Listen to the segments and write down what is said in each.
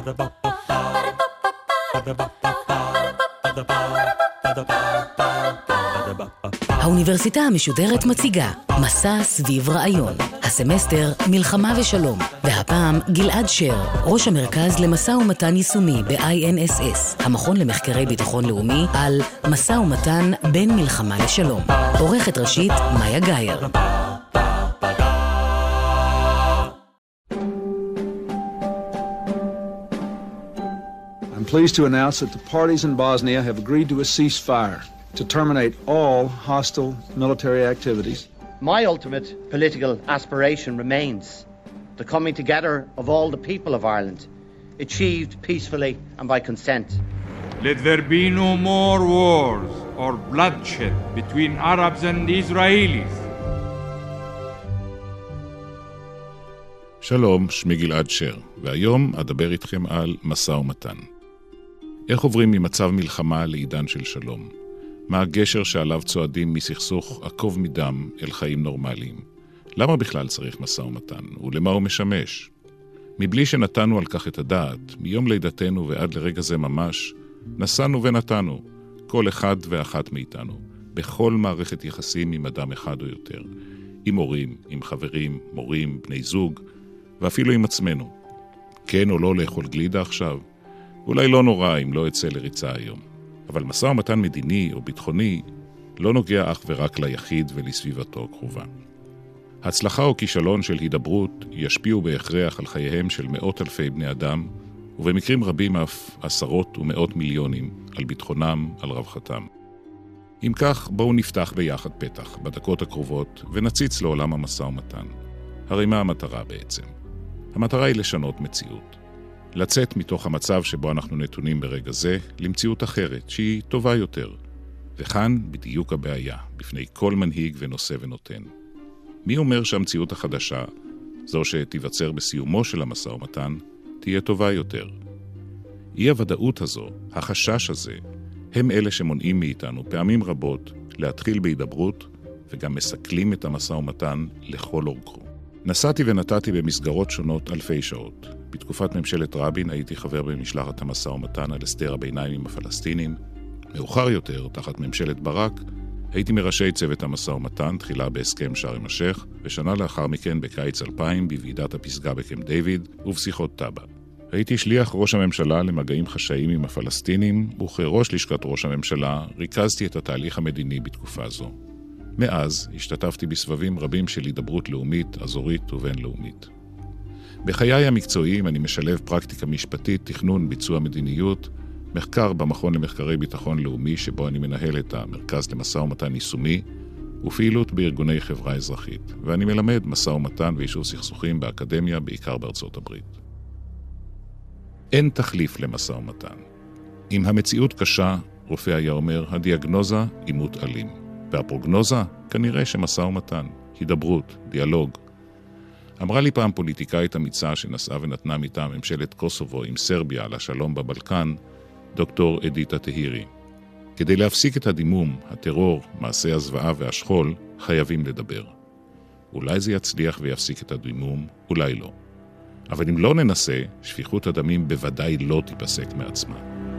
האוניברסיטה המשודרת מציגה מסע סביב רעיון. הסמסטר מלחמה ושלום, והפעם גלעד שר, ראש המרכז למשא ומתן יישומי ב-INSS, המכון למחקרי ביטחון לאומי, על משא ומתן בין מלחמה לשלום. עורכת ראשית מאיה גייר. I'm pleased to announce that the parties in Bosnia have agreed to a ceasefire to terminate all hostile military activities. My ultimate political aspiration remains the coming together of all the people of Ireland, achieved peacefully and by consent. Let there be no more wars or bloodshed between Arabs and Israelis. שלום, שמי גלעד שר, והיום אדבר איתכם על משא ומתן. איך עוברים ממצב מלחמה לעידן של שלום? מה הגשר שעליו צועדים מסכסוך עקוב מדם אל חיים נורמליים? למה בכלל צריך משא ומתן? ולמה הוא משמש? מבלי שנתנו על כך את הדעת, מיום לידתנו ועד לרגע זה ממש, נסענו ונתנו, כל אחד ואחת מאיתנו, בכל מערכת יחסים עם אדם אחד או יותר, עם הורים, עם חברים, מורים, בני זוג, ואפילו עם עצמנו. כן או לא לאכול גלידה עכשיו? אולי לא נורא אם לא יצא לריצה היום. אבל משא ומתן מדיני או ביטחוני לא נוגע אך ורק ליחיד ולסביבתו הקרובה. הצלחה או כישלון של הידברות ישפיעו בהכרח על חייהם של מאות אלפי בני אדם, ובמקרים רבים אף עשרות ומאות מיליונים על ביטחונם, על רווחתם. אם כך, בואו נפתח ביחד פתח בדקות הקרובות ונציץ לעולם המשא ומתן. הרי מה המטרה בעצם? המטרה היא לשנות מציאות. לצאת מתוך המצב שבו אנחנו נתונים ברגע זה למציאות אחרת שהיא טובה יותר. וכאן בדיוק הבעיה, בפני כל מנהיג ונושא ונותן. מי אומר שהמציאות החדשה, זו שתיווצר בסיומו של המשא ומתן, תהיה טובה יותר? אי הוודאות הזו, החשש הזה, הם אלה שמונעים מאיתנו פעמים רבות להתחיל בהידברות וגם מסכלים את המשא ומתן לכל אורכו. נסעתי ונתתי במסגרות שונות אלפי שעות. בתקופת ממשלת רבין הייתי חבר במשלחת המשא ומתן על הסדר הביניים עם הפלסטינים. מאוחר יותר, תחת ממשלת ברק, הייתי מראשי צוות המשא ומתן, תחילה בהסכם שארם א-שייח, ושנה לאחר מכן בקיץ 2000 בוועידת הפסגה בקמפ דיוויד ובשיחות טאבה. הייתי שליח ראש הממשלה למגעים חשאיים עם הפלסטינים, וכראש לשכת ראש הממשלה ריכזתי את התהליך המדיני בתקופה זו. מאז השתתפתי בסבבים רבים של הידברות לאומית, אזורית ובינלאומית. בחיי המקצועיים אני משלב פרקטיקה משפטית, תכנון, ביצוע מדיניות, מחקר במכון למחקרי ביטחון לאומי שבו אני מנהל את המרכז למשא ומתן יישומי, ופעילות בארגוני חברה אזרחית, ואני מלמד משא ומתן ויישוב סכסוכים באקדמיה, בעיקר בארצות הברית. אין תחליף למשא ומתן. אם המציאות קשה, רופא היה אומר, הדיאגנוזה עימות אלים. והפרוגנוזה כנראה שמשא ומתן, הידברות, דיאלוג. אמרה לי פעם פוליטיקאית אמיצה שנסעה ונתנה מטעם ממשלת קוסובו עם סרביה על השלום בבלקן, דוקטור אדיטה תהירי. כדי להפסיק את הדימום, הטרור, מעשי הזוועה והשכול, חייבים לדבר. אולי זה יצליח ויפסיק את הדימום, אולי לא. אבל אם לא ננסה, שפיכות הדמים בוודאי לא תיפסק מעצמה.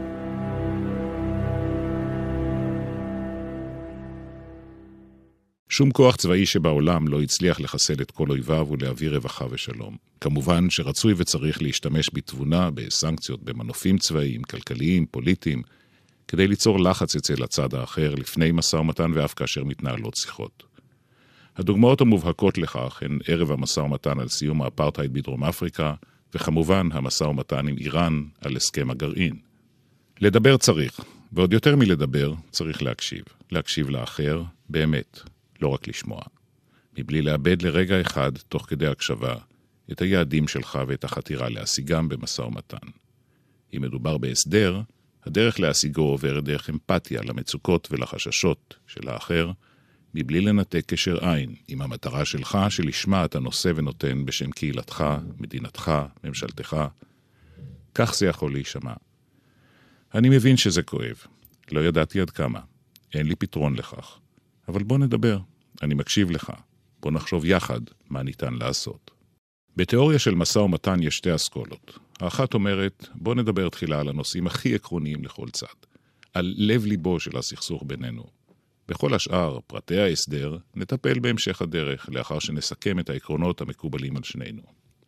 שום כוח צבאי שבעולם לא הצליח לחסל את כל אויביו ולהביא רווחה ושלום. כמובן שרצוי וצריך להשתמש בתבונה, בסנקציות, במנופים צבאיים, כלכליים, פוליטיים, כדי ליצור לחץ אצל הצד האחר לפני משא ומתן ואף כאשר מתנהלות שיחות. הדוגמאות המובהקות לכך הן ערב המשא ומתן על סיום האפרטהייד בדרום אפריקה, וכמובן המשא ומתן עם איראן על הסכם הגרעין. לדבר צריך, ועוד יותר מלדבר צריך להקשיב. להקשיב לאחר באמת. לא רק לשמוע, מבלי לאבד לרגע אחד, תוך כדי הקשבה, את היעדים שלך ואת החתירה להשיגם במשא ומתן. אם מדובר בהסדר, הדרך להשיגו עוברת דרך אמפתיה למצוקות ולחששות של האחר, מבלי לנתק קשר עין עם המטרה שלך שלשמה אתה נושא ונותן בשם קהילתך, מדינתך, ממשלתך. כך זה יכול להישמע. אני מבין שזה כואב. לא ידעתי עד כמה. אין לי פתרון לכך. אבל בוא נדבר, אני מקשיב לך. בוא נחשוב יחד מה ניתן לעשות. בתיאוריה של משא ומתן יש שתי אסכולות. האחת אומרת, בוא נדבר תחילה על הנושאים הכי עקרוניים לכל צד, על לב ליבו של הסכסוך בינינו. בכל השאר, פרטי ההסדר, נטפל בהמשך הדרך, לאחר שנסכם את העקרונות המקובלים על שנינו.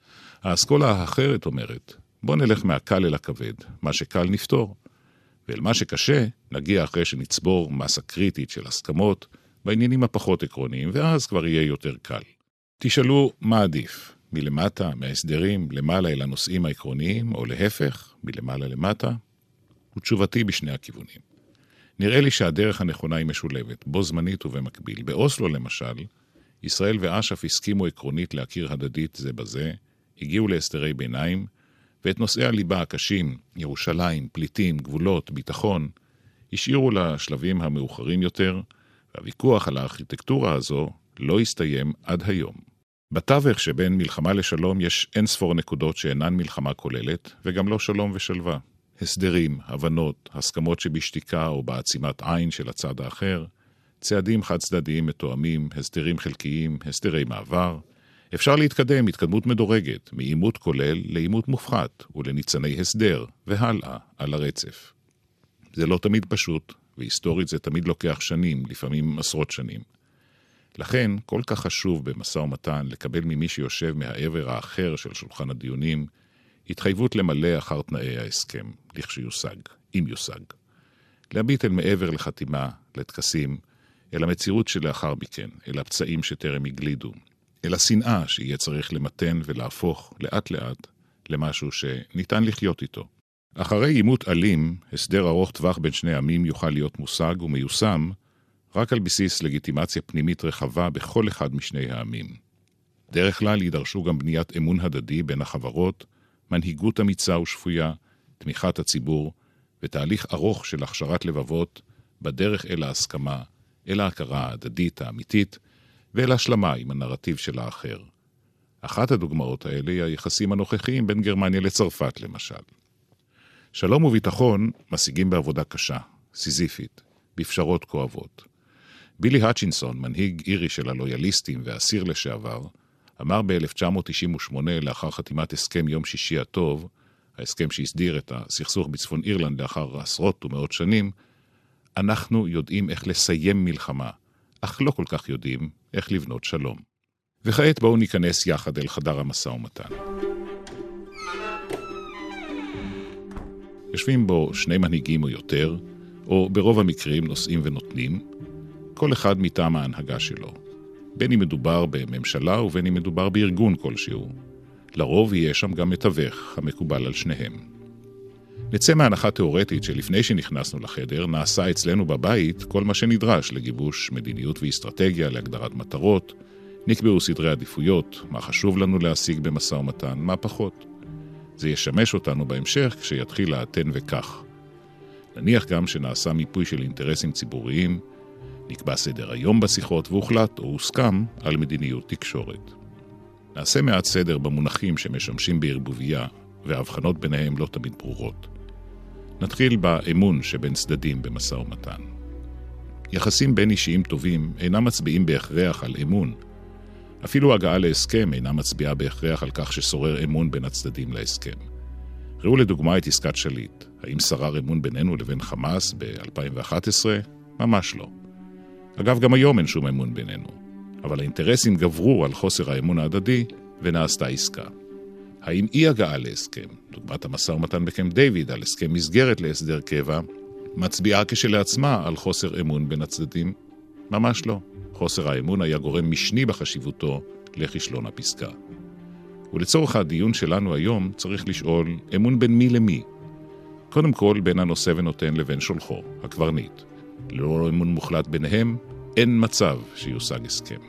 האסכולה האחרת אומרת, בוא נלך מהקל אל הכבד, מה שקל נפתור, ואל מה שקשה נגיע אחרי שנצבור מסה קריטית של הסכמות בעניינים הפחות עקרוניים, ואז כבר יהיה יותר קל. תשאלו מה עדיף, מלמטה, מההסדרים, למעלה אל הנושאים העקרוניים, או להפך, מלמעלה למטה? ותשובתי בשני הכיוונים. נראה לי שהדרך הנכונה היא משולבת, בו זמנית ובמקביל. באוסלו למשל, ישראל ואש"ף הסכימו עקרונית להכיר הדדית זה בזה, הגיעו להסדרי ביניים, ואת נושאי הליבה הקשים, ירושלים, פליטים, גבולות, ביטחון, השאירו לשלבים המאוחרים יותר, והוויכוח על הארכיטקטורה הזו לא הסתיים עד היום. בתווך שבין מלחמה לשלום יש אין ספור נקודות שאינן מלחמה כוללת, וגם לא שלום ושלווה. הסדרים, הבנות, הסכמות שבשתיקה או בעצימת עין של הצד האחר, צעדים חד צדדיים מתואמים, הסדרים חלקיים, הסדרי מעבר. אפשר להתקדם התקדמות מדורגת, מעימות כולל לעימות מופחת ולניצני הסדר, והלאה על הרצף. זה לא תמיד פשוט, והיסטורית זה תמיד לוקח שנים, לפעמים עשרות שנים. לכן, כל כך חשוב במשא ומתן לקבל ממי שיושב מהעבר האחר של שולחן הדיונים, התחייבות למלא אחר תנאי ההסכם, לכשיושג, אם יושג. להביט אל מעבר לחתימה, לתקסים, אל המציאות שלאחר מכן, אל הפצעים שטרם הגלידו, אל השנאה שיהיה צריך למתן ולהפוך לאט לאט למשהו שניתן לחיות איתו. אחרי עימות אלים, הסדר ארוך טווח בין שני עמים יוכל להיות מושג ומיושם רק על בסיס לגיטימציה פנימית רחבה בכל אחד משני העמים. דרך כלל יידרשו גם בניית אמון הדדי בין החברות, מנהיגות אמיצה ושפויה, תמיכת הציבור, ותהליך ארוך של הכשרת לבבות בדרך אל ההסכמה, אל ההכרה ההדדית האמיתית, ואל השלמה עם הנרטיב של האחר. אחת הדוגמאות האלה היא היחסים הנוכחיים בין גרמניה לצרפת למשל. שלום וביטחון משיגים בעבודה קשה, סיזיפית, בפשרות כואבות. בילי האצ'ינסון, מנהיג אירי של הלויאליסטים ואסיר לשעבר, אמר ב-1998 לאחר חתימת הסכם יום שישי הטוב, ההסכם שהסדיר את הסכסוך בצפון אירלנד לאחר עשרות ומאות שנים, אנחנו יודעים איך לסיים מלחמה, אך לא כל כך יודעים איך לבנות שלום. וכעת בואו ניכנס יחד אל חדר המשא ומתן. יושבים בו שני מנהיגים או יותר, או ברוב המקרים נושאים ונותנים, כל אחד מטעם ההנהגה שלו. בין אם מדובר בממשלה ובין אם מדובר בארגון כלשהו. לרוב יהיה שם גם מתווך המקובל על שניהם. נצא מהנחה תיאורטית שלפני שנכנסנו לחדר נעשה אצלנו בבית כל מה שנדרש לגיבוש מדיניות ואסטרטגיה, להגדרת מטרות, נקבעו סדרי עדיפויות, מה חשוב לנו להשיג במשא ומתן, מה פחות. זה ישמש אותנו בהמשך כשיתחיל להתן וכך. נניח גם שנעשה מיפוי של אינטרסים ציבוריים, נקבע סדר היום בשיחות והוחלט או הוסכם על מדיניות תקשורת. נעשה מעט סדר במונחים שמשמשים בערבוביה, וההבחנות ביניהם לא תמיד ברורות. נתחיל באמון שבין צדדים במשא ומתן. יחסים בין אישיים טובים אינם מצביעים בהכרח על אמון. אפילו הגעה להסכם אינה מצביעה בהכרח על כך ששורר אמון בין הצדדים להסכם. ראו לדוגמה את עסקת שליט. האם שרר אמון בינינו לבין חמאס ב-2011? ממש לא. אגב, גם היום אין שום אמון בינינו. אבל האינטרסים גברו על חוסר האמון ההדדי ונעשתה עסקה. האם אי הגעה להסכם, דוגמת המשא ומתן בקמפ דיוויד על הסכם מסגרת להסדר קבע, מצביעה כשלעצמה על חוסר אמון בין הצדדים? ממש לא. חוסר האמון היה גורם משני בחשיבותו לכישלון הפסקה. ולצורך הדיון שלנו היום צריך לשאול אמון בין מי למי. קודם כל בין הנושא ונותן לבין שולחו, הקברניט. ללא אמון מוחלט ביניהם, אין מצב שיושג הסכם.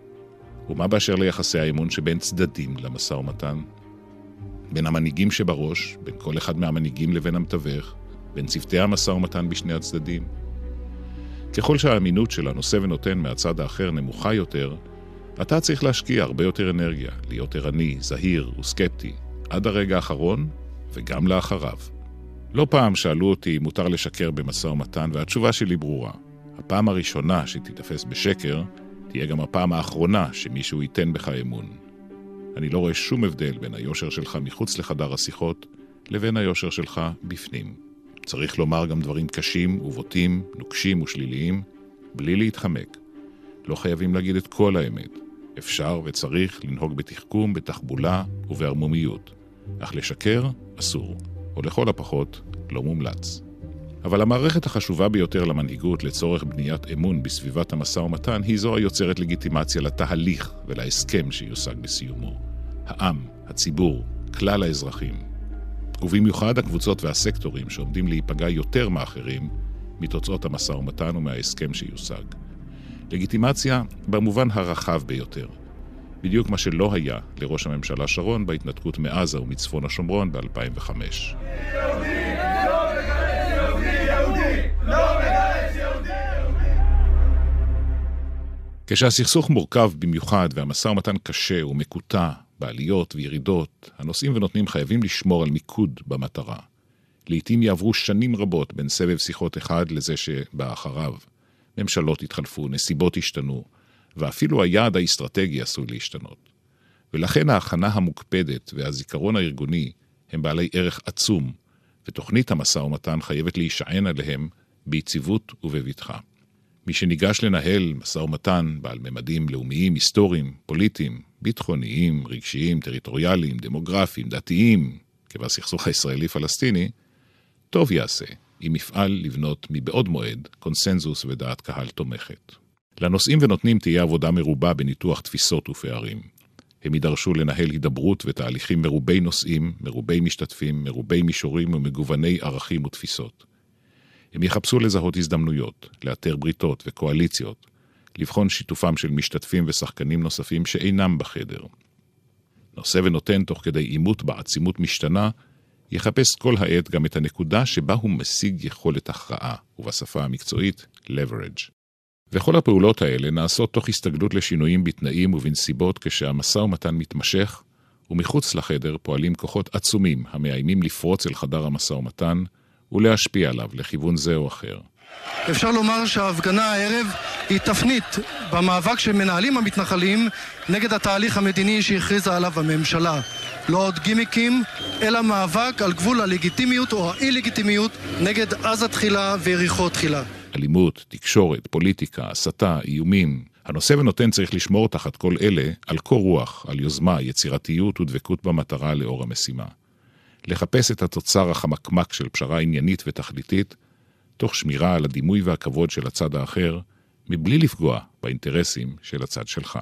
ומה באשר ליחסי האמון שבין צדדים למשא ומתן? בין המנהיגים שבראש, בין כל אחד מהמנהיגים לבין המתווך, בין צוותי המשא ומתן בשני הצדדים. ככל שהאמינות של הנושא ונותן מהצד האחר נמוכה יותר, אתה צריך להשקיע הרבה יותר אנרגיה, להיות ערני, זהיר וסקפטי, עד הרגע האחרון וגם לאחריו. לא פעם שאלו אותי אם מותר לשקר במשא ומתן, והתשובה שלי ברורה. הפעם הראשונה שתתפס בשקר, תהיה גם הפעם האחרונה שמישהו ייתן בך אמון. אני לא רואה שום הבדל בין היושר שלך מחוץ לחדר השיחות לבין היושר שלך בפנים. צריך לומר גם דברים קשים ובוטים, נוקשים ושליליים, בלי להתחמק. לא חייבים להגיד את כל האמת. אפשר וצריך לנהוג בתחכום, בתחבולה ובערמומיות. אך לשקר אסור, או לכל הפחות לא מומלץ. אבל המערכת החשובה ביותר למנהיגות לצורך בניית אמון בסביבת המשא ומתן היא זו היוצרת לגיטימציה לתהליך ולהסכם שיושג בסיומו. העם, הציבור, כלל האזרחים. ובמיוחד הקבוצות והסקטורים שעומדים להיפגע יותר מאחרים מתוצאות המשא ומתן ומההסכם שיושג. לגיטימציה במובן הרחב ביותר. בדיוק מה שלא היה לראש הממשלה שרון בהתנתקות מעזה ומצפון השומרון ב-2005. כשהסכסוך מורכב במיוחד והמשא ומתן קשה ומקוטע בעליות וירידות, הנושאים ונותנים חייבים לשמור על מיקוד במטרה. לעתים יעברו שנים רבות בין סבב שיחות אחד לזה שבא אחריו. ממשלות התחלפו, נסיבות השתנו, ואפילו היעד האסטרטגי עשוי להשתנות. ולכן ההכנה המוקפדת והזיכרון הארגוני הם בעלי ערך עצום, ותוכנית המשא ומתן חייבת להישען עליהם ביציבות ובבטחה. מי שניגש לנהל משא ומתן בעל ממדים לאומיים, היסטוריים, פוליטיים, ביטחוניים, רגשיים, טריטוריאליים, דמוגרפיים, דתיים, כבסכסוך הישראלי-פלסטיני, טוב יעשה אם יפעל לבנות מבעוד מועד קונסנזוס ודעת קהל תומכת. לנושאים ונותנים תהיה עבודה מרובה בניתוח תפיסות ופערים. הם יידרשו לנהל הידברות ותהליכים מרובי נושאים, מרובי משתתפים, מרובי מישורים ומגווני ערכים ותפיסות. הם יחפשו לזהות הזדמנויות, לאתר בריתות וקואליציות, לבחון שיתופם של משתתפים ושחקנים נוספים שאינם בחדר. נושא ונותן תוך כדי אימות בעצימות משתנה, יחפש כל העת גם את הנקודה שבה הוא משיג יכולת הכרעה, ובשפה המקצועית, leverage. וכל הפעולות האלה נעשות תוך הסתגלות לשינויים בתנאים ובנסיבות כשהמשא ומתן מתמשך, ומחוץ לחדר פועלים כוחות עצומים המאיימים לפרוץ אל חדר המשא ומתן, ולהשפיע עליו לכיוון זה או אחר. אפשר לומר שההפגנה הערב היא תפנית במאבק שמנהלים המתנחלים נגד התהליך המדיני שהכריזה עליו הממשלה. לא עוד גימיקים, אלא מאבק על גבול הלגיטימיות או האי-לגיטימיות נגד עזה תחילה ויריחו תחילה. אלימות, תקשורת, פוליטיקה, הסתה, איומים. הנושא ונותן צריך לשמור תחת כל אלה על קור רוח, על יוזמה, יצירתיות ודבקות במטרה לאור המשימה. לחפש את התוצר החמקמק של פשרה עניינית ותכליתית, תוך שמירה על הדימוי והכבוד של הצד האחר, מבלי לפגוע באינטרסים של הצד שלך.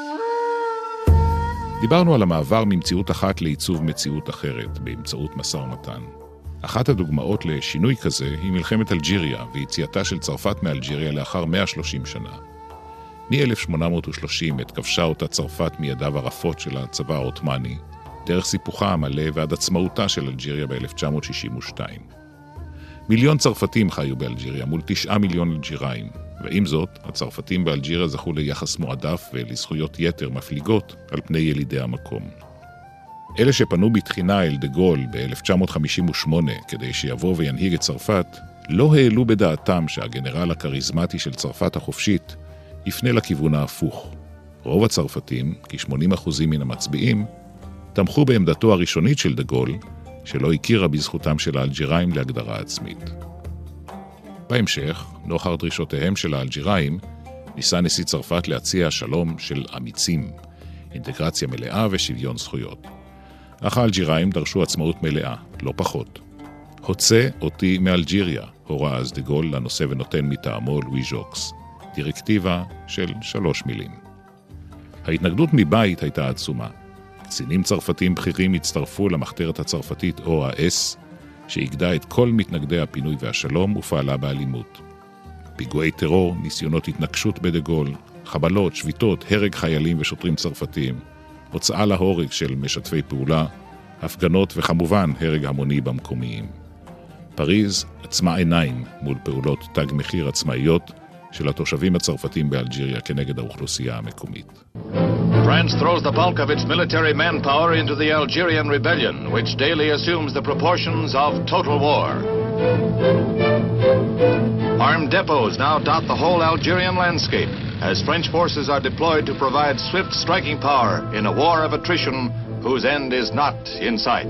דיברנו על המעבר ממציאות אחת לעיצוב מציאות אחרת, באמצעות משא ומתן. אחת הדוגמאות לשינוי כזה היא מלחמת אלג'יריה ויציאתה של צרפת מאלג'יריה לאחר 130 שנה. מ-1830 התכבשה אותה צרפת מידיו הרפות של הצבא העות'מאני, דרך סיפוחה המלא ועד עצמאותה של אלג'יריה ב-1962. מיליון צרפתים חיו באלג'יריה מול 9 מיליון אלג'יראים, ועם זאת, הצרפתים באלג'יריה זכו ליחס מועדף ולזכויות יתר מפליגות על פני ילידי המקום. אלה שפנו בתחינה אל דה גול ב-1958 כדי שיבוא וינהיג את צרפת, לא העלו בדעתם שהגנרל הכריזמטי של צרפת החופשית יפנה לכיוון ההפוך. רוב הצרפתים, כ-80% מן המצביעים, תמכו בעמדתו הראשונית של דה גול, שלא הכירה בזכותם של האלג'יראים להגדרה עצמית. בהמשך, נוכח דרישותיהם של האלג'יראים, ניסה נשיא צרפת להציע שלום של אמיצים, אינטגרציה מלאה ושוויון זכויות. אך האלג'יראים דרשו עצמאות מלאה, לא פחות. הוצא אותי מאלג'יריה, הורה אז דה גול לנושא ונותן מטעמו לואי ז'וקס, דירקטיבה של 3 מילים. ההתנגדות מבית הייתה עצומה. קצינים צרפתים בכירים הצטרפו למחתרת הצרפתית OAS, שהגדה את כל מתנגדי הפינוי והשלום ופעלה באלימות. פיגועי טרור, ניסיונות התנקשות בדה גול, חבלות, שביתות, הרג חיילים ושוטרים צרפתיים, הוצאה להורג של משתפי פעולה, הפגנות וכמובן הרג המוני במקומיים. פריז עצמה עיניים מול פעולות תג מחיר עצמאיות של התושבים הצרפתים באלג'יריה כנגד האוכלוסייה המקומית. France throws the bulk of its military manpower into the Algerian rebellion, which daily assumes the proportions of total war. Armed depots now dot the whole Algerian landscape as French forces are deployed to provide swift striking power in a war of attrition whose end is not in sight.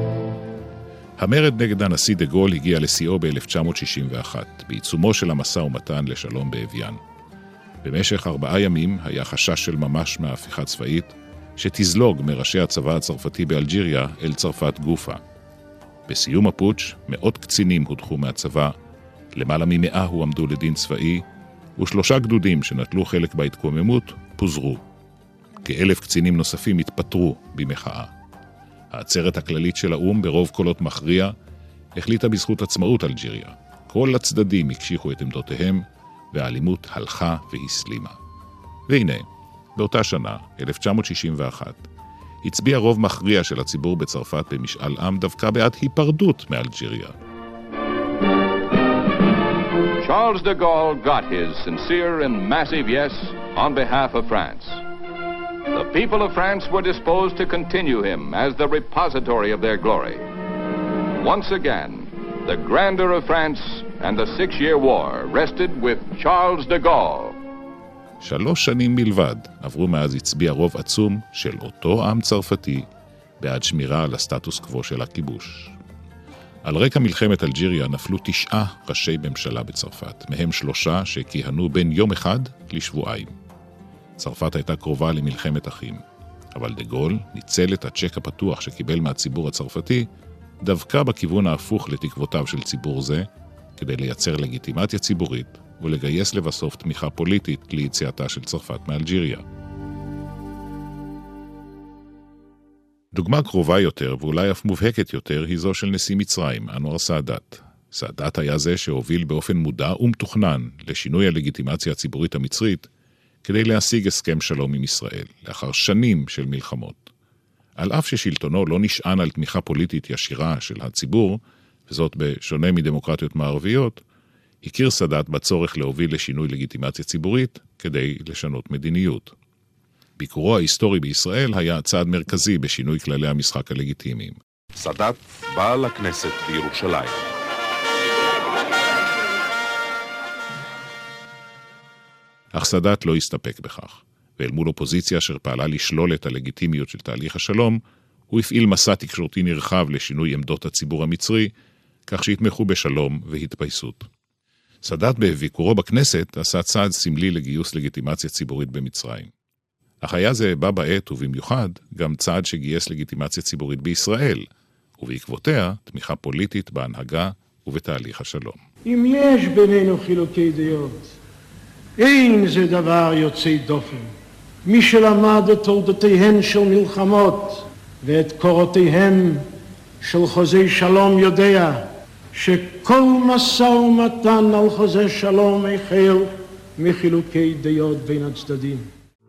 המרד נגד הנשיא דה גול הגיע לשיאו ב-1961, בעיצומו של המשא ומתן לשלום באביאן. במשך 4 ימים היה חשש של ממש מההפיכה צבאית, שתזלוג מראשי הצבא הצרפתי באלג'יריה אל צרפת גופה. בסיום הפוטש, 100 קצינים הודחו מהצבא, למעלה מ100 הועמדו לדין צבאי, ו3 גדודים שנטלו חלק בהתקוממות פוזרו. כ1,000 קצינים נוספים התפטרו במחאה. העצרת הכללית של האום ברוב קולות מכריע החליטה בזכות עצמאות אלג'יריה. כל הצדדים הקשיחו את עמדותיהם, והאלימות הלכה והסלימה. והנה, באותה שנה, 1961, הצביע רוב מכריע של הציבור בצרפת במשאל עם דווקא בעד היפרדות מאלג'יריה. Charles de Gaulle got his sincere and massive yes on behalf of France. The people of France were disposed to continue him as the repository of their glory. Once again, the grandeur of France and the 6-year war rested with Charles de Gaulle. 3 שנים בלבד עברו מאז הצביע רוב עצום של אותו עם צרפתי בעד שמירה על הסטטוס קוו של הכיבוש. על רקע מלחמת אלג'יריה נפלו 9 ראשי ממשלה בצרפת, מהם 3 שכיהנו בין יום אחד לשבועיים. צרפת הייתה קרובה למלחמת אחים, אבל דה גול ניצל את הצ'ק הפתוח שקיבל מהציבור הצרפתי דווקא בכיוון ההפוך לתקוותיו של ציבור זה, כדי לייצר לגיטימציה ציבורית ולגייס לבסוף תמיכה פוליטית ליציאתה של צרפת מאלג'יריה. דוגמה קרובה יותר ואולי אף מובהקת יותר היא זו של נשיא מצרים, אנואר סאדאת. סאדאת היה זה שהוביל באופן מודע ומתוכנן לשינוי הלגיטימציה הציבורית המצרית כדי להשיג הסכם שלום עם ישראל, לאחר שנים של מלחמות. על אף ששלטונו לא נשען על תמיכה פוליטית ישירה של הציבור, וזאת בשונה מדמוקרטיות מערביות, הכיר סאדאת בצורך להוביל לשינוי לגיטימציה ציבורית כדי לשנות מדיניות. ביקורו ההיסטורי בישראל היה צעד מרכזי בשינוי כללי המשחק הלגיטימיים. סאדאת בא לכנסת בירושלים. אך סאדאת לא הסתפק בכך, ואל מול אופוזיציה אשר פעלה לשלול את הלגיטימיות של תהליך השלום, הוא הפעיל מסע תקשורתי נרחב לשינוי עמדות הציבור המצרי, כך שהתמכו בשלום והתפייסות. סאדאת בביקורו בכנסת עשה צעד סמלי לגיוס לגיטימציה ציבורית במצרים. אך היה זה בא בעת ובמיוחד גם צעד שגייס לגיטימציה ציבורית בישראל, ובעקבותיה תמיכה פוליטית בהנהגה ובתהליך השלום. אם יש בינינו חילוקי דעות, אין זה דבר יוצא דופן. מי שלמד את תולדותיהן של מלחמות ואת קורותיהם של חוזי שלום יודע שכל משא ומתן על חוזה שלום החל מחילוקי דעות בין הצדדים.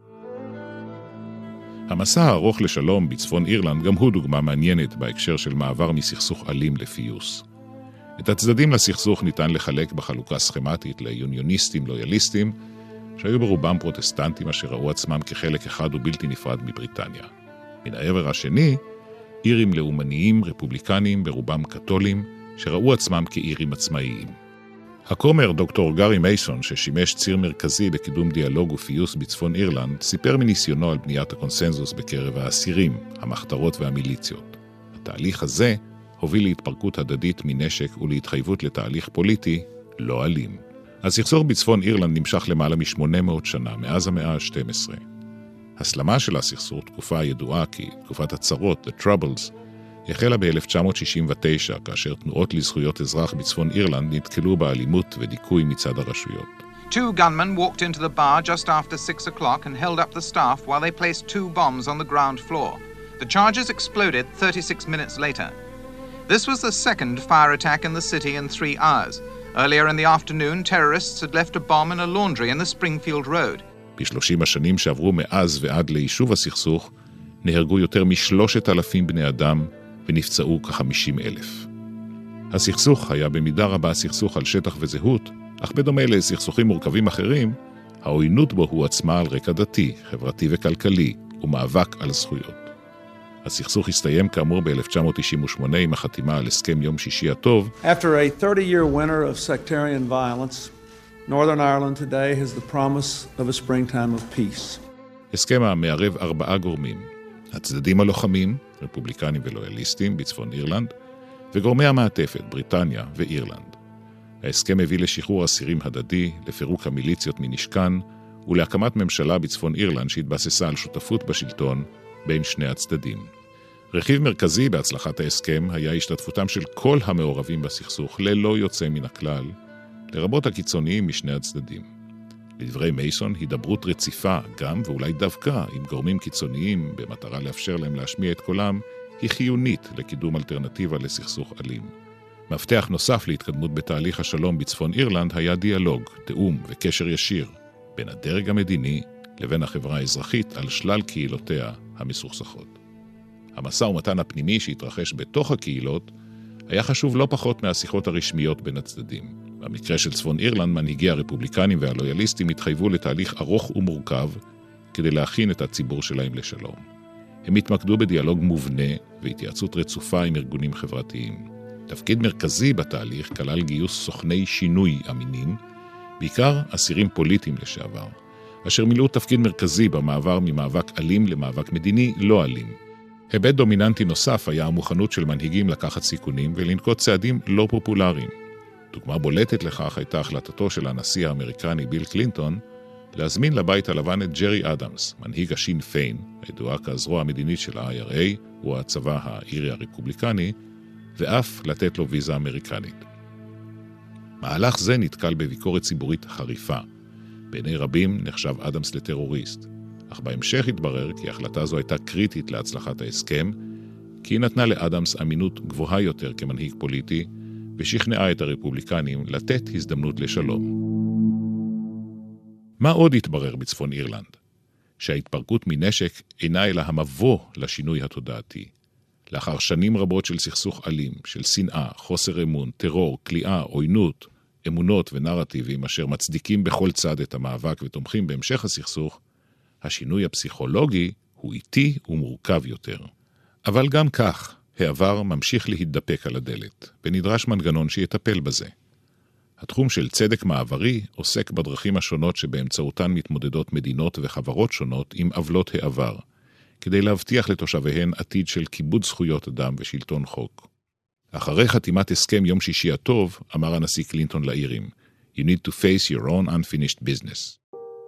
המסע הארוך לשלום בצפון אירלנד גם הוא דוגמה מעניינת בהקשר של מעבר מסכסוך אלים לפיוס. את הצדדים לסכסוך ניתן לחלק בחלוקה סכמטית ליוניוניסטים לויאליסטים, שהיו ברובם פרוטסטנטים אשר ראו עצמם כחלק אחד ובלתי נפרד מבריטניה. מן העבר השני, אירים לאומניים, רפובליקנים, ברובם קתולים, שראו עצמם כאירים עצמאיים. הכומר דוקטור גארי מייסון, ששימש ציר מרכזי בקידום דיאלוג ופיוס בצפון אירלנד, סיפר מניסיונו על בניית הקונסנזוס בקרב האסירים, המחתרות והמיליציות. התהליך הזה הוביל להתפרקות הדדית מנשק ולהתחייבות לתהליך פוליטי לא אלים. הסכסוך בצפון אירלנד נמשך למעלה מ-800 שנה, מאז המאה ה-12. הסלמה של הסכסוך, תקופה הידועה כי תקופת הצרות, The Troubles, החלה ב-1969, כאשר תנועות לזכויות אזרח בצפון אירלנד נתקלו באלימות ודיכוי מצד הרשויות. 2 gunmen walked into the bar just after 6 o'clock and held up the staff while they placed 2 bombs on the ground floor. The charges exploded 36 minutes later. This was the second fire attack in the city in 3 hours. Earlier in the afternoon, terrorists had left a bomb in a laundry in the Springfield Road. ב-30 השנים שעברו מאז ועד ליישוב הסכסוך, נהרגו יותר מ-3,000 בני אדם ונפצעו כ-50,000. הסכסוך היה במידה רבה סכסוך על שטח וזהות, אך בדומה לסכסוכים מורכבים אחרים, העוינות בו הוא עצמה על רקע דתי, חברתי וכלכלי, ומאבק על זכויות. הסכסוך הסתיים כאמור ב-1998 עם החתימה על הסכם יום שישי הטוב. After a 30-year winter of sectarian violence, Northern Ireland today has the promise of a springtime of peace. הסכם המערב 4 גורמים, הצדדים הלוחמים, רפובליקנים ולויאליסטים בצפון אירלנד, וגורמי המעטפת, בריטניה ואירלנד. ההסכם הביא לשחרור אסירים הדדי, לפירוק המיליציות מנשקן, ולהקמת ממשלה בצפון אירלנד שהתבססה על שותפות בשלטון בין שני הצדדים. רכיב מרכזי בהצלחת ההסכם היה השתתפותם של כל המעורבים בסכסוך ללא יוצא מן הכלל, לרבות הקיצוניים משני הצדדים. לדברי מייסון, הידברות רציפה גם ואולי דווקא עם גורמים קיצוניים במטרה לאפשר להם להשמיע את קולם, היא חיונית לקידום אלטרנטיבה לסכסוך אלים. מפתח נוסף להתקדמות בתהליך השלום בצפון אירלנד היה דיאלוג, תאום וקשר ישיר בין הדרג המדיני לבין החברה האזרחית על שלל קהילותיה המסוכסכות. המשא ומתן הפנימי שהתרחש בתוך הקהילות היה חשוב לא פחות מהשיחות הרשמיות בין הצדדים. במקרה של צפון אירלנד, מנהיגי הרפובליקנים והלויאליסטים התחייבו לתהליך ארוך ומורכב כדי להכין את הציבור שלהם לשלום. הם התמקדו בדיאלוג מובנה והתייעצות רצופה עם ארגונים חברתיים. תפקיד מרכזי בתהליך כלל גיוס סוכני שינוי אמינים, בעיקר אסירים פוליטיים לשעבר, אשר מילאו תפקיד מרכזי במעבר ממאבק אלים למאבק מדיני לא אלים. היבט דומיננטי נוסף היה המוכנות של מנהיגים לקחת סיכונים ולנקוט צעדים לא פופולריים. דוגמה בולטת לכך הייתה החלטתו של הנשיא האמריקני ביל קלינטון להזמין לבית הלבן את ג'רי אדמס, מנהיג השין פיין, הידועה כזרוע המדינית של ה-IRA, הוא הצבא האירי הרפובליקני, ואף לתת לו ויזה אמריקנית. מהלך זה נתקל בביקורת ציבורית חריפה. בעיני רבים נחשב אדמס לטרוריסט, אך בהמשך התברר כי החלטה זו הייתה קריטית להצלחת ההסכם, כי היא נתנה לאדמס אמינות גבוהה יותר כמנהיג פוליטי, ושכנעה את הרפובליקנים לתת הזדמנות לשלום. מה עוד התברר בצפון אירלנד? שההתפרקות מנשק אינה אלא המבוא לשינוי התודעתי. לאחר שנים רבות של סכסוך אלים, של שנאה, חוסר אמון, טרור, כליאה, עוינות, אמונות ונרטיבים אשר מצדיקים בכל צד את המאבק ותומכים בהמשך הסכסוך, השינוי הפסיכולוגי הוא איטי ומורכב יותר. אבל גם כך, העבר ממשיך להידפק על הדלת, ונדרש מנגנון שיטפל בזה. התחום של צדק מעברי עוסק בדרכים השונות שבאמצעותן מתמודדות מדינות וחברות שונות עם עוולות העבר, כדי להבטיח לתושביהן עתיד של כיבוד זכויות אדם ושלטון חוק. אחרי חתימת הסכם יום שישי הטוב, אמר הנשיא קלינטון לאירים, You need to face your own unfinished business.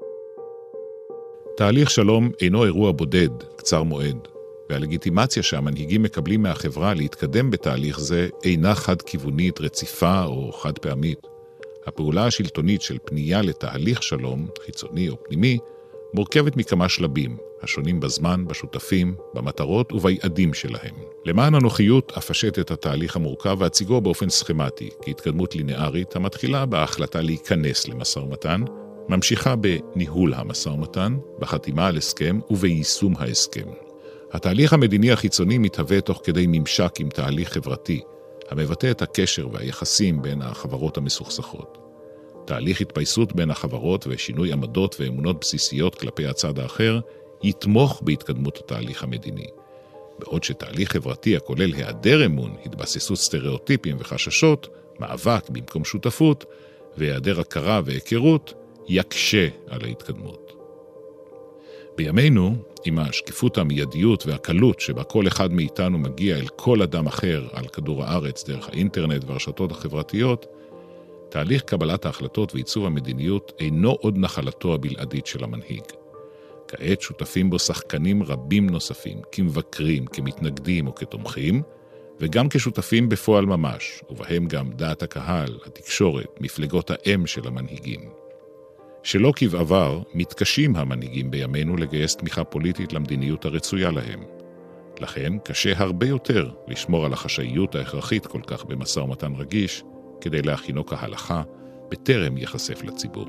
תהליך שלום אינו אירוע בודד, קצר מועד, והלגיטימציה שהמנהיגים מקבלים מהחברה להתקדם בתהליך זה אינה חד-כיוונית, רציפה או חד-פעמית. הפעולה השלטונית של פנייה לתהליך שלום, חיצוני או פנימי, מורכבת מכמה שלבים, השונים בזמן, בשותפים, במטרות וביעדים שלהם. למען הנוחיות אפשט את התהליך המורכב והציגו באופן סכמטי, כהתקדמות לינארית המתחילה בהחלטה להיכנס למשא ומתן, ממשיכה בניהול המשא ומתן, בחתימה על הסכם וביישום ההסכם. התהליך המדיני החיצוני מתהווה תוך כדי ממשק עם תהליך חברתי, המבטא את הקשר והיחסים בין החברות המסוכסכות. תהליך התפייסות בין החברות ושינוי עמדות ואמונות בסיסיות כלפי הצד האחר, יתמוך בהתקדמות התהליך המדיני. בעוד שתהליך חברתי הכולל היעדר אמון, התבססות סטריאוטיפים וחששות, מאבק במקום שותפות, והיעדר הכרה והיכרות, יקשה על ההתקדמות. בימינו, עם השקיפות המיידיות והקלות שבה כל אחד מאיתנו מגיע אל כל אדם אחר על כדור הארץ דרך האינטרנט והרשתות החברתיות, תהליך קבלת ההחלטות ועיצוב המדיניות אינו עוד נחלתו הבלעדית של המנהיג. כעת שותפים בו שחקנים רבים נוספים, כמבקרים, כמתנגדים או כתומכים, וגם כשותפים בפועל ממש, ובהם גם דעת הקהל, התקשורת, מפלגות האם של המנהיגים. שלא כבעבר, מתקשים המנהיגים בימינו לגייס תמיכה פוליטית למדיניות הרצויה להם. לכן, קשה הרבה יותר לשמור על החשאיות ההכרחית כל כך במשא ומתן רגיש, כדי להכינו כהלכה, בטרם יחשף לציבור.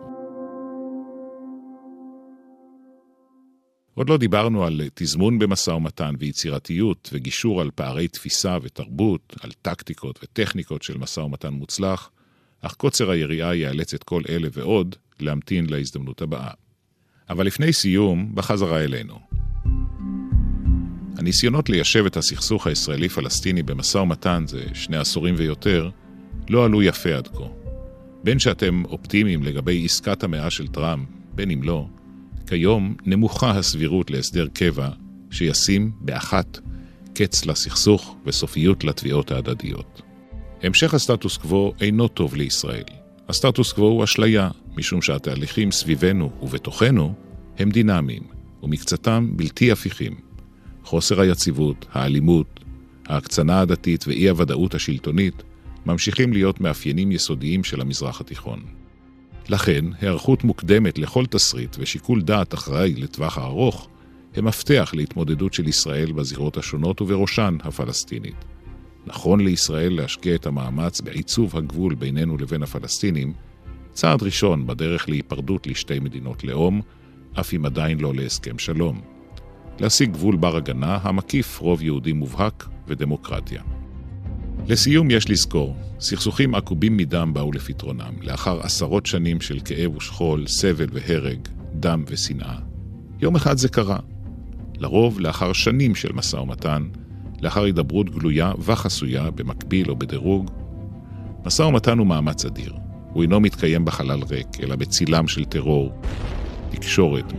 עוד לא דיברנו על תזמון במשא ומתן ויצירתיות וגישור על פערי תפיסה ותרבות, על טקטיקות וטכניקות של משא ומתן מוצלח, אך קוצר היריעה יאלץ את כל אלה ועוד להמתין להזדמנות הבאה. אבל לפני סיום, בחזרה אלינו. הניסיונות ליישב את הסכסוך הישראלי-פלסטיני במשא ומתן, זה 2 עשורים ויותר, לא עלו יפה עד כה. בין שאתם אופטימיים לגבי עסקת המאה של טראמפ, בין אם לא, כיום נמוכה הסבירות להסדר קבע שישים באחת קץ לסכסוך וסופיות לתביעות ההדדיות. המשך הסטטוס קוו אינו טוב לישראל. הסטטוס קוו הוא אשליה, משום שהתהליכים סביבנו ובתוכנו הם דינמיים, ומקצתם בלתי הפיכים. חוסר היציבות, האלימות, ההקצנה הדתית ואי הוודאות השלטונית ממשיכים להיות מאפיינים יסודיים של המזרח התיכון. לכן, היערכות מוקדמת לכל תסריט ושיקול דעת אחראי לטווח הארוך הם מפתח להתמודדות של ישראל בזירות השונות ובראשן הפלסטינית. נכון לישראל להשקיע את המאמץ בעיצוב הגבול בינינו לבין הפלסטינים, צעד ראשון בדרך להיפרדות לשתי מדינות לאום, אף אם עדיין לא להסכם שלום. להשיג גבול בר הגנה המקיף רוב יהודי מובהק ודמוקרטיה. לסיום יש לזכור, סכסוכים עקובים מדם באו לפתרונם, לאחר עשרות שנים של כאב ושכול, סבל והרג, דם ושנאה. יום אחד זה קרה. לרוב לאחר שנים של משא ומתן, לאחר הידברות גלויה וחסויה במקביל או בדירוג. משא ומתן הוא מאמץ אדיר. הוא אינו מתקיים בחלל ריק, אלא בצילם של טרור, תקשורת,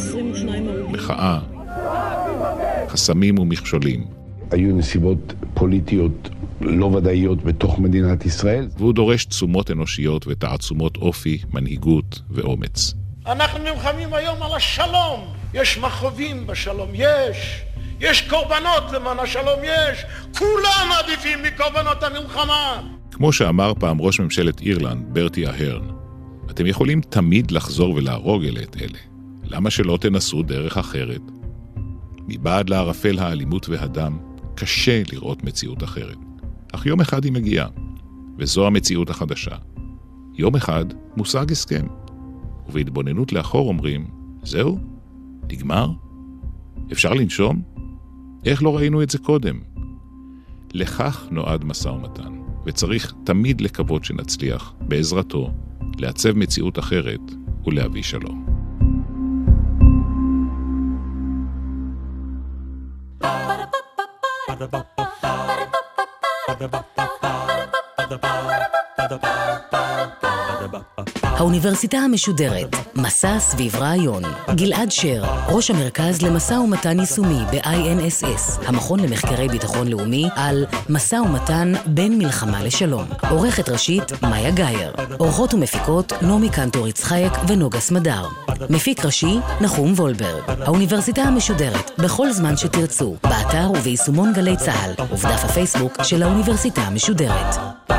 מחאה, חסמים ומכשולים. היו נסיבות פוליטיות לא ודאיות בתוך מדינת ישראל. והוא דורש תשומות אנושיות ותעצומות אופי, מנהיגות ואומץ. אנחנו נלחמים היום על השלום. יש מכאובים בשלום, יש קורבנות למען השלום, כולם עדיפים מקורבנות המלחמה. כמו שאמר פעם ראש ממשלת אירלנד, ברטי אהרן, אתם יכולים תמיד לחזור ולהרוג אלה את אלה. למה שלא תנסו דרך אחרת? מבעד לערפל האלימות והדם, קשה לראות מציאות אחרת. אך יום אחד היא מגיעה, וזו המציאות החדשה. יום אחד מושג הסכם, ובהתבוננות לאחור אומרים, זהו? נגמר? אפשר לנשום? איך לא ראינו את זה קודם? לכך נועד משא ומתן, וצריך תמיד לקוות שנצליח, בעזרתו, לעצב מציאות אחרת ולהביא שלום. האוניברסיטה המשודרת, מסע סביב רעיון. גלעד שר, ראש המרכז למשא ומתן יישומי ב-INSS, המכון למחקרי ביטחון לאומי, על משא ומתן בין מלחמה לשלום. עורכת ראשית, מאיה גייר. עורכות ומפיקות, נעמי קנטור יצחייק ונוגה סמדר. מפיק ראשי, נחום וולברג. האוניברסיטה המשודרת, בכל זמן שתרצו, באתר וביישומון גלי צהל, ובדף הפייסבוק של האוניברסיטה המשודרת.